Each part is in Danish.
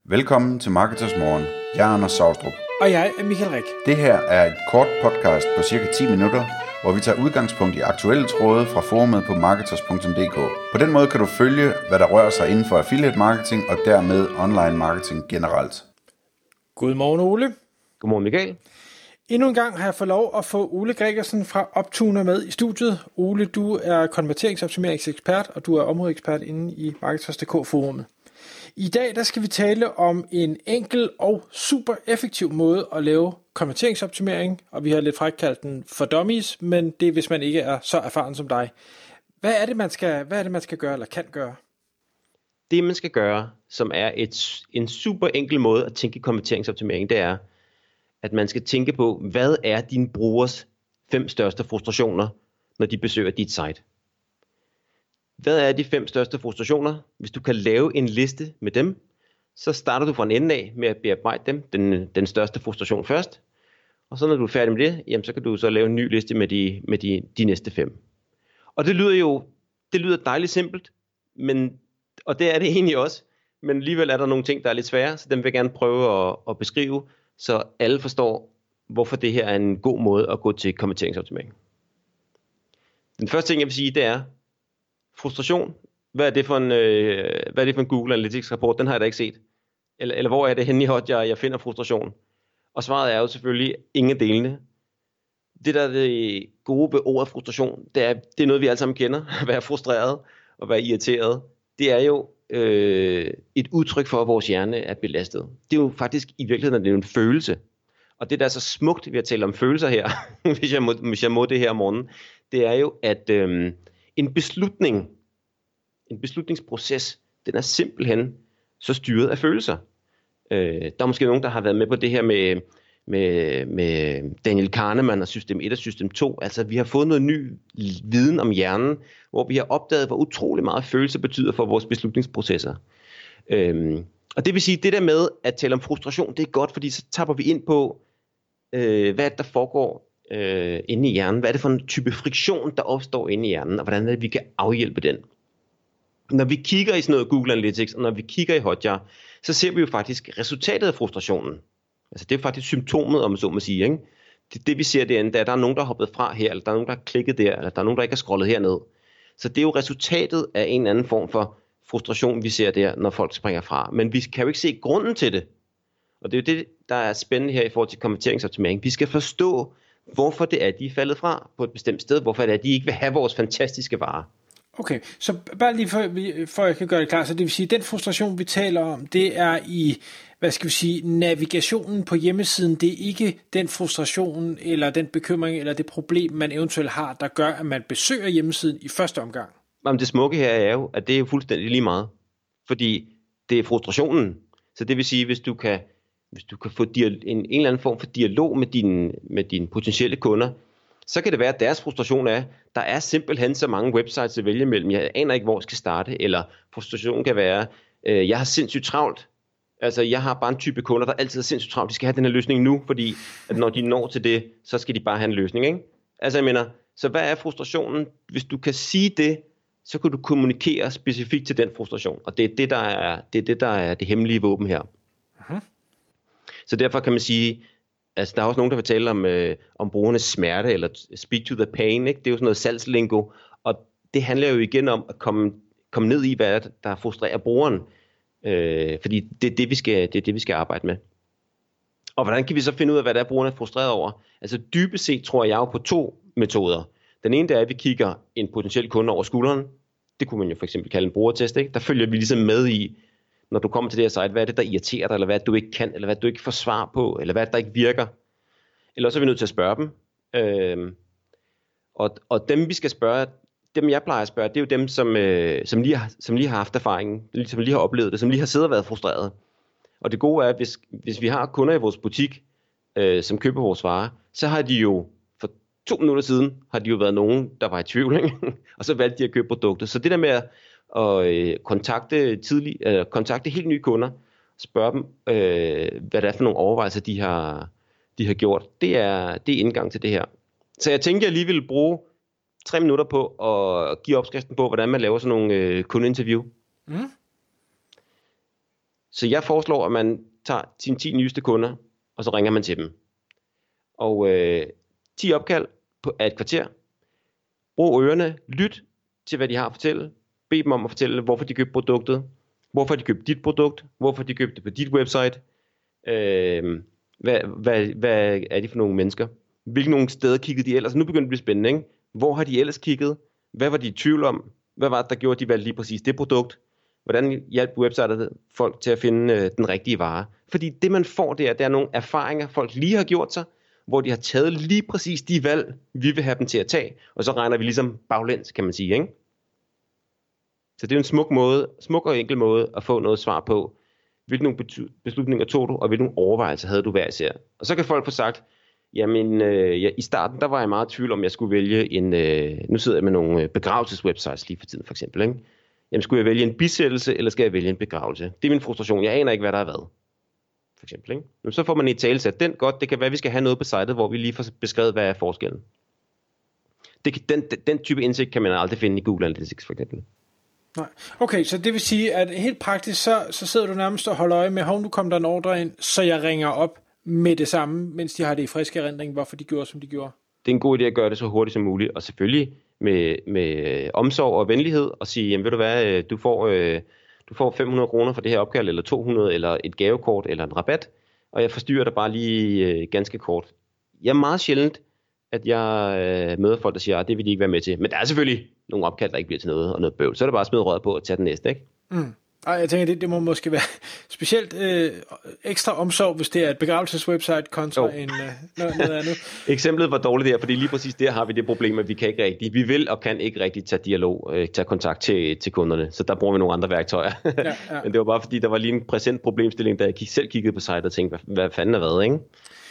Velkommen til Marketers Morgen. Jeg er Anders Saustrup. Og jeg er Michael Rik. Det her er et kort podcast på cirka 10 minutter, hvor vi tager udgangspunkt i aktuelle tråde fra forumet på marketers.dk. På den måde kan du følge, hvad der rører sig inden for affiliate marketing og dermed online marketing generelt. Godmorgen, Ole. Godmorgen, Michael. Endnu en gang har jeg fået lov at få Ole Gregersen fra Optuner med i studiet. Ole, du er konverteringsoptimeringsekspert, og du er områdeekspert inde i Marketers.dk-forumet. I dag der skal vi tale om en enkel og super effektiv måde at lave konverteringsoptimering, og vi har lidt frækt kaldt den for dummies, men det er, hvis man ikke er så erfaren som dig. Hvad er det, man skal gøre eller kan gøre? Det, man skal gøre, som er en super enkel måde at tænke konverteringsoptimering, det er, at man skal tænke på, hvad er din brugers 5 største frustrationer, når de besøger dit site. Hvad er de 5 største frustrationer? Hvis du kan lave en liste med dem, så starter du fra en ende af med at bearbejde dem, den største frustration først. Og så når du er færdig med det, jamen, så kan du så lave en ny liste med de næste 5. Og det lyder dejligt simpelt, og det er det egentlig også. Men alligevel er der nogle ting, der er lidt svære, så dem vil jeg gerne prøve at beskrive, så alle forstår, hvorfor det her er en god måde at gå til konverteringsoptimering. Den første ting, jeg vil sige, det er frustration. Hvad er det for en Google Analytics rapport? Den har jeg da ikke set. Eller hvor er det henne i Hotjar, jeg finder frustration? Og svaret er jo selvfølgelig ingen delene. Det der er det gode ved ordet frustration, det er noget, vi alle sammen kender. At være frustreret og være irriteret. Det er jo et udtryk for, at vores hjerne er belastet. Det er jo faktisk i virkeligheden det er en følelse. Og det, der er så smukt ved at tale om følelser her, hvis jeg må det her om morgenen, det er jo, at en beslutningsproces, den er simpelthen så styret af følelser. Der er måske nogen, der har været med på det her med Daniel Kahneman og system 1 og system 2. Altså, vi har fået noget ny viden om hjernen, hvor vi har opdaget, hvor utrolig meget følelse betyder for vores beslutningsprocesser. Og det vil sige, det der med at tale om frustration, det er godt, fordi så tapper vi ind på, hvad der foregår inde i hjernen. Hvad er det for en type friktion, der opstår inde i hjernen, og hvordan er det, vi kan afhjælpe den. Når vi kigger i sådan noget Google Analytics, og når vi kigger i Hotjar, så ser vi jo faktisk resultatet af frustrationen. Altså det er faktisk symptomet, om man så må sige. Ikke? Det vi ser derinde, der er nogen, der har hoppet fra her, eller der er nogen, der har klikket der, eller der er nogen, der ikke har scrollet herned. Så det er jo resultatet af en eller anden form for frustration, vi ser der, når folk springer fra. Men vi kan jo ikke se grunden til det. Og det er jo det, der er spændende her i forhold til konverteringsoptimering. Vi skal forstå, hvorfor det er, de er faldet fra på et bestemt sted. Hvorfor det er, de ikke vil have vores fantastiske varer. Okay, så bare lige for jeg kan gøre det klart, så det vil sige, at den frustration, vi taler om, det er i, navigationen på hjemmesiden. Det er ikke den frustration, eller den bekymring, eller det problem, man eventuelt har, der gør, at man besøger hjemmesiden i første omgang. Jamen det smukke her er jo, at det er jo fuldstændig lige meget. Fordi det er frustrationen. Så det vil sige, hvis du kan få en eller anden form for dialog med dine potentielle kunder, så kan det være, at deres frustration er, der er simpelthen så mange websites at vælge mellem. Jeg aner ikke, hvor jeg skal starte. Eller frustrationen kan være, jeg har sindssygt travlt. Altså, jeg har bare en type kunder, der altid er sindssygt travlt. De skal have den her løsning nu, fordi at når de når til det, så skal de bare have en løsning. Ikke? Altså, jeg mener, så hvad er frustrationen? Hvis du kan sige det, så kan du kommunikere specifikt til den frustration. Og det er det, der er det hemmelige våben her. Uh-huh. Så derfor kan man sige, altså der er også nogen, der vil tale om brugernes smerte, eller speak to the pain, ikke? Det er jo sådan noget salgslingo, og det handler jo igen om at komme ned i, hvad der frustrerer brugeren, fordi det er det, vi skal arbejde med. Og hvordan kan vi så finde ud af, hvad der er brugerne er frustreret over? Altså dybest set tror jeg jo på 2 metoder. Den ene, der er, at vi kigger en potentiel kunde over skulderen. Det kunne man jo for eksempel kalde en brugertest, ikke? Der følger vi ligesom med i, når du kommer til det her site, hvad er det, der irriterer dig, eller hvad er det, du ikke kan, eller hvad er det, du ikke får svar på, eller hvad er det, der ikke virker. Eller så er vi nødt til at spørge dem. Og dem, vi skal spørge, dem jeg plejer at spørge, det er jo dem, som lige har haft erfaringen, som lige har oplevet det, som lige har siddet og været frustreret. Og det gode er, at hvis vi har kunder i vores butik, som køber vores varer, så har de jo, for 2 minutter siden, har de jo været nogen, der var i tvivl, ikke? Og så valgte de at købe produktet. Så det der med at kontakte helt nye kunder, spørge dem, hvad det er for nogle overvejelser, de har gjort. Det er indgang til det her. Så jeg tænkte, jeg lige ville bruge 3 minutter på at give opskriften på, hvordan man laver sådan nogle kundeinterview. Mm. Så jeg foreslår, at man tager sine 10 nyeste kunder, og så ringer man til dem. Og 10 opkald af et kvarter. Brug ørerne, lyt til, hvad de har at fortælle. Bed dem om at fortælle, hvorfor de købte produktet. Hvorfor de købte dit produkt. Hvorfor de købte det på dit website. Hvad er de for nogle mennesker? Hvilke nogle steder kiggede de ellers? Nu begynder det at blive spændende, ikke? Hvor har de ellers kigget? Hvad var de i tvivl om? Hvad var det, der gjorde, at de valgte lige præcis det produkt? Hvordan hjalp websitet folk til at finde den rigtige vare? Fordi det, man får, det er nogle erfaringer, folk lige har gjort sig, hvor de har taget lige præcis de valg, vi vil have dem til at tage, og så regner vi ligesom baglæns, kan man sige, ikke? Så det er en smuk og enkel måde at få noget svar på, hvilke nogle beslutninger tog du, og hvilke nogle overvejelser havde du hver især. Og så kan folk få sagt, jamen i starten, der var jeg meget i tvivl om, jeg skulle vælge en, nu sidder jeg med nogle begravelseswebsites lige for tiden for eksempel, ikke? Jamen skulle jeg vælge en bisættelse, eller skal jeg vælge en begravelse? Det er min frustration, jeg aner ikke, hvad der er hvad. For eksempel, ikke? Men så får man i tale sat den godt, det kan være, at vi skal have noget på sitet, hvor vi lige får beskrevet, hvad er forskellen. Den type indsigt kan man aldrig finde i Google Analytics for eksempel. Nej. Okay, så det vil sige, at helt praktisk, så sidder du nærmest og holder øje med, nu kom der en ordre ind, så jeg ringer op med det samme, mens de har det i frisk erindring, hvorfor de gjorde, som de gjorde. Det er en god idé at gøre det så hurtigt som muligt, og selvfølgelig med omsorg og venlighed, og sige, jamen ved du hvad, du får 500 kroner for det her opkald, eller 200, eller et gavekort, eller en rabat, og jeg forstyrrer dig bare lige ganske kort. Jeg er meget sjældent, at jeg møder folk, der siger, at det vil de ikke være med til. Men der er selvfølgelig nogle opkald, der ikke bliver til noget, og noget bøvl. Så er det bare at smide røret på og tage den næste, ikke? Mm. Ej, jeg tænker, det må måske være specielt ekstra omsorg, hvis det er et begravelseswebsite kontra noget andet. Eksemplet var dårligt der, fordi lige præcis der har vi det problem, at vi vil og kan ikke rigtig tage kontakt til kunderne, så der bruger vi nogle andre værktøjer. Ja. Men det var bare fordi, der var lige en præsent problemstilling, da jeg selv kiggede på sitet og tænkte, hvad fanden er hvad, ikke?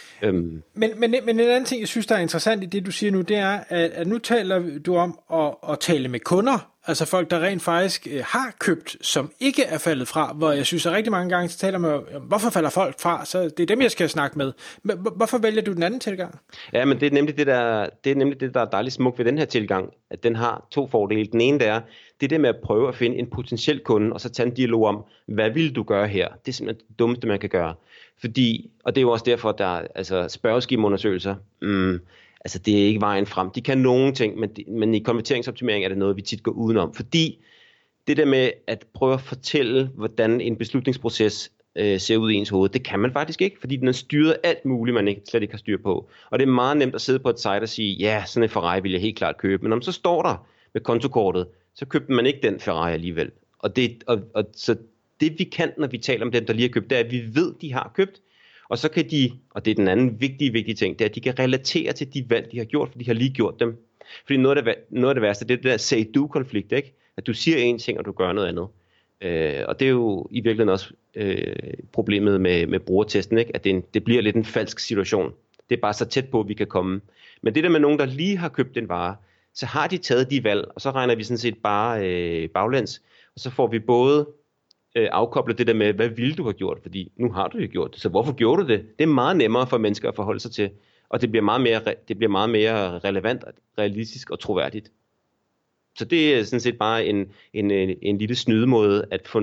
Men en anden ting, jeg synes, der er interessant i det, du siger nu, det er, at nu taler du om at tale med kunder, altså folk, der rent faktisk har købt, som ikke er faldet fra, hvor jeg synes, at rigtig mange gange så taler man, hvorfor falder folk fra, så det er dem, jeg skal snakke med. Men hvorfor vælger du den anden tilgang? Ja, men det er nemlig det, der er dejligt smukt ved den her tilgang, at den har 2 fordele. Den ene, det er det med at prøve at finde en potentiel kunde, og så tage en dialog om, hvad vil du gøre her? Det er simpelthen det dummeste, man kan gøre. Fordi, og det er jo også derfor, at der er altså spørgeskemaundersøgelser, altså det er ikke vejen frem. De kan nogle ting, men i konverteringsoptimering er det noget, vi tit går udenom. Fordi det der med at prøve at fortælle, hvordan en beslutningsproces ser ud i ens hoved, det kan man faktisk ikke, fordi den er styret alt muligt, man slet ikke har styr på. Og det er meget nemt at sidde på et site og sige, ja, sådan en Ferrari vil jeg helt klart købe. Men om så står der med kontokortet, så købte man ikke den Ferrari alligevel. Så det vi kan, når vi taler om dem, der lige har købt, det er, at vi ved, de har købt. Og så kan de, og det er den anden vigtige ting, det er, at de kan relatere til de valg, de har gjort, for de har lige gjort dem. Fordi noget af det værste, det er det der say-do-konflikt, ikke? At du siger en ting, og du gør noget andet. Og det er jo i virkeligheden også problemet med brugertesten, ikke? At det bliver lidt en falsk situation. Det er bare så tæt på, at vi kan komme. Men det der med nogen, der lige har købt en vare, så har de taget de valg, og så regner vi sådan set bare baglæns, og så får vi både afkoblet det der med, hvad ville du have gjort? Fordi nu har du jo gjort det, så hvorfor gjorde du det? Det er meget nemmere for mennesker at forholde sig til, og det bliver meget mere relevant, realistisk og troværdigt. Så det er sådan set bare en lille snydemåde at få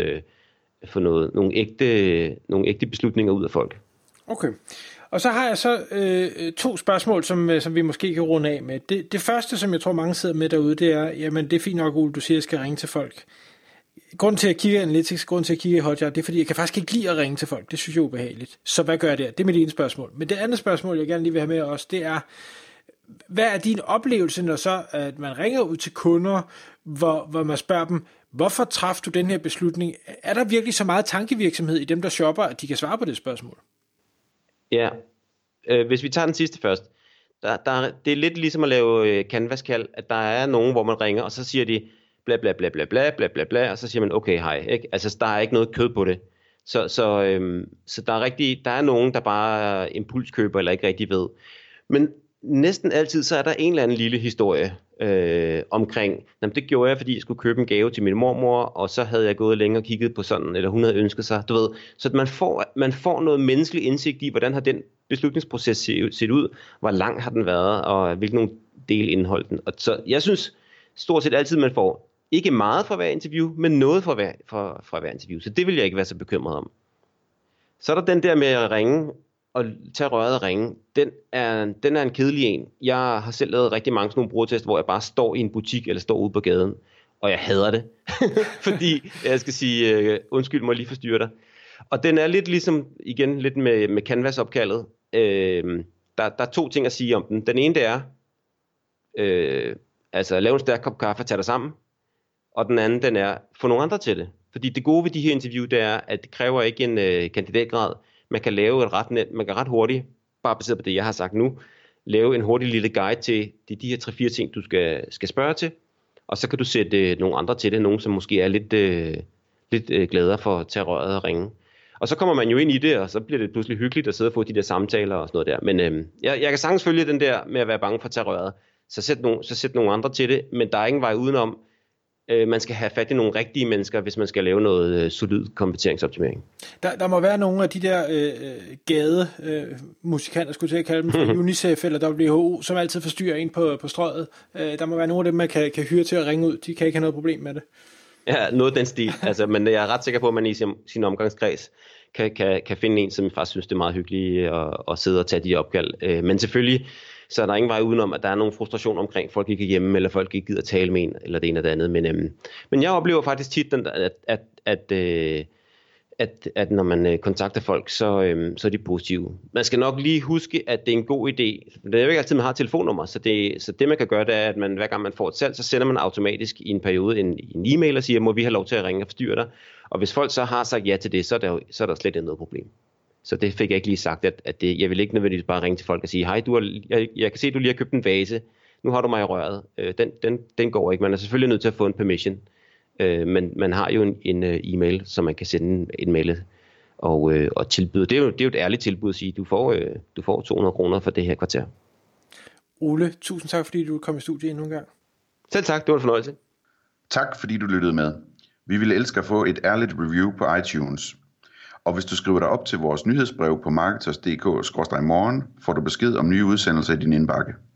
nogle ægte beslutninger ud af folk. Okay. Og så har jeg så 2 spørgsmål, som vi måske kan runde af med. Det første, som jeg tror mange sidder med derude, det er, jamen det er fint nok, Ole, du siger, at jeg skal ringe til folk. Grunden til at kigge i Analytics, grunden til at kigge i Hotjar, det er fordi, jeg kan faktisk ikke lide at ringe til folk. Det synes jeg er ubehageligt. Så hvad gør jeg der? Det er mit ene spørgsmål. Men det andet spørgsmål, jeg gerne lige vil have med os, det er, hvad er din oplevelse, når så at man ringer ud til kunder, hvor man spørger dem, hvorfor træffede du den her beslutning? Er der virkelig så meget tankevirksomhed i dem, der shopper, at de kan svare på det spørgsmål? Ja, hvis vi tager den sidste først. Det er lidt ligesom at lave canvas-kald, at der er nogen, hvor man ringer, og så siger de bla bla bla bla bla bla bla bla, og så siger man okay, hej, ikke? Altså der er ikke noget kød på det. Så der er nogen, der bare impulskøber eller ikke rigtig ved. Men næsten altid så er der en eller anden lille historie omkring, jamen det gjorde jeg, fordi jeg skulle købe en gave til min mormor, og så havde jeg gået længere og kigget på sådan, eller hun havde ønsket sig, du ved. Så at man får noget menneskelig indsigt i, hvordan har den beslutningsproces set ud, hvor lang har den været, og hvilken nogle del indeholdt den. Og så jeg synes stort set altid, man får Ikke meget fra hver interview, men noget fra hver interview. Så det vil jeg ikke være så bekymret om. Så er der den der med at ringe og tage røret og ringe. Den er en kedelig en. Jeg har selv lavet rigtig mange sådan nogle brugertester, hvor jeg bare står i en butik eller står ude på gaden. Og jeg hader det. Fordi jeg skal sige, undskyld mig lige forstyrre dig. Og den er lidt ligesom, igen, lidt med Canvas-opkaldet. Der er 2 ting at sige om den. Den ene, det er, altså lave en stærk kop kaffe og tage dig sammen. Og den anden, den er, få nogle andre til det. Fordi det gode ved de her interview, det er, at det kræver ikke en kandidatgrad. Man kan lave man kan ret hurtigt, bare baseret på det, jeg har sagt nu, lave en hurtig lille guide til de her 3-4 ting, du skal spørge til. Og så kan du sætte nogle andre til det, nogen som måske er lidt gladere for at tage røret og ringe. Og så kommer man jo ind i det, og så bliver det pludselig hyggeligt at sidde og få de der samtaler og sådan noget der. Men jeg kan sagtens følge den der med at være bange for at tage røret. Så sæt nogle andre til det, men der er ingen vej udenom. Man skal have fat i nogle rigtige mennesker, hvis man skal lave noget solid kompeteringsoptimering. Der må være nogle af de der gade musikanter, skulle jeg kalde dem, fra UNICEF eller WHO, som altid forstyrrer en på strøget. Der må være nogle af dem, man kan hyre til at ringe ud. De kan ikke have noget problem med det. Ja, noget af den stil. Altså, men jeg er ret sikker på, at man i sin omgangskreds kan finde en, som faktisk synes, det er meget hyggeligt at sidde og tage de opkald. Men selvfølgelig, så er der ingen vej udenom, at der er nogle frustration omkring, folk ikke er hjemme, eller folk ikke gider tale med en, eller det ene eller det andet. Men jeg oplever faktisk tit, at når man kontakter folk, så er de positive. Man skal nok lige huske, at det er en god idé. Det er jo ikke altid, man har telefonnummer, så det man kan gøre, det er, at man, hver gang man får et salg, så sender man automatisk i en periode en e-mail og siger, må vi have lov til at ringe og forstyrre dig? Og hvis folk så har sagt ja til det, så er der slet ikke noget problem. Så det fik jeg ikke lige sagt, at jeg vil ikke nødvendigvis bare ringe til folk og sige, hej, jeg kan se, at du lige har købt en vase, nu har du mig i røret. Den går ikke. Man er selvfølgelig nødt til at få en permission. Men man har jo en e-mail, som man kan sende en mail og tilbyde. Det er jo et ærligt tilbud at sige, du får 200 kroner for det her kvarter. Ole, tusind tak, fordi du kom i studiet endnu en gang. Selv tak, det var en fornøjelse. Tak, fordi du lyttede med. Vi ville elske at få et ærligt review på iTunes. Og hvis du skriver dig op til vores nyhedsbrev på marketers.dk/morgen, får du besked om nye udsendelser i din indbakke.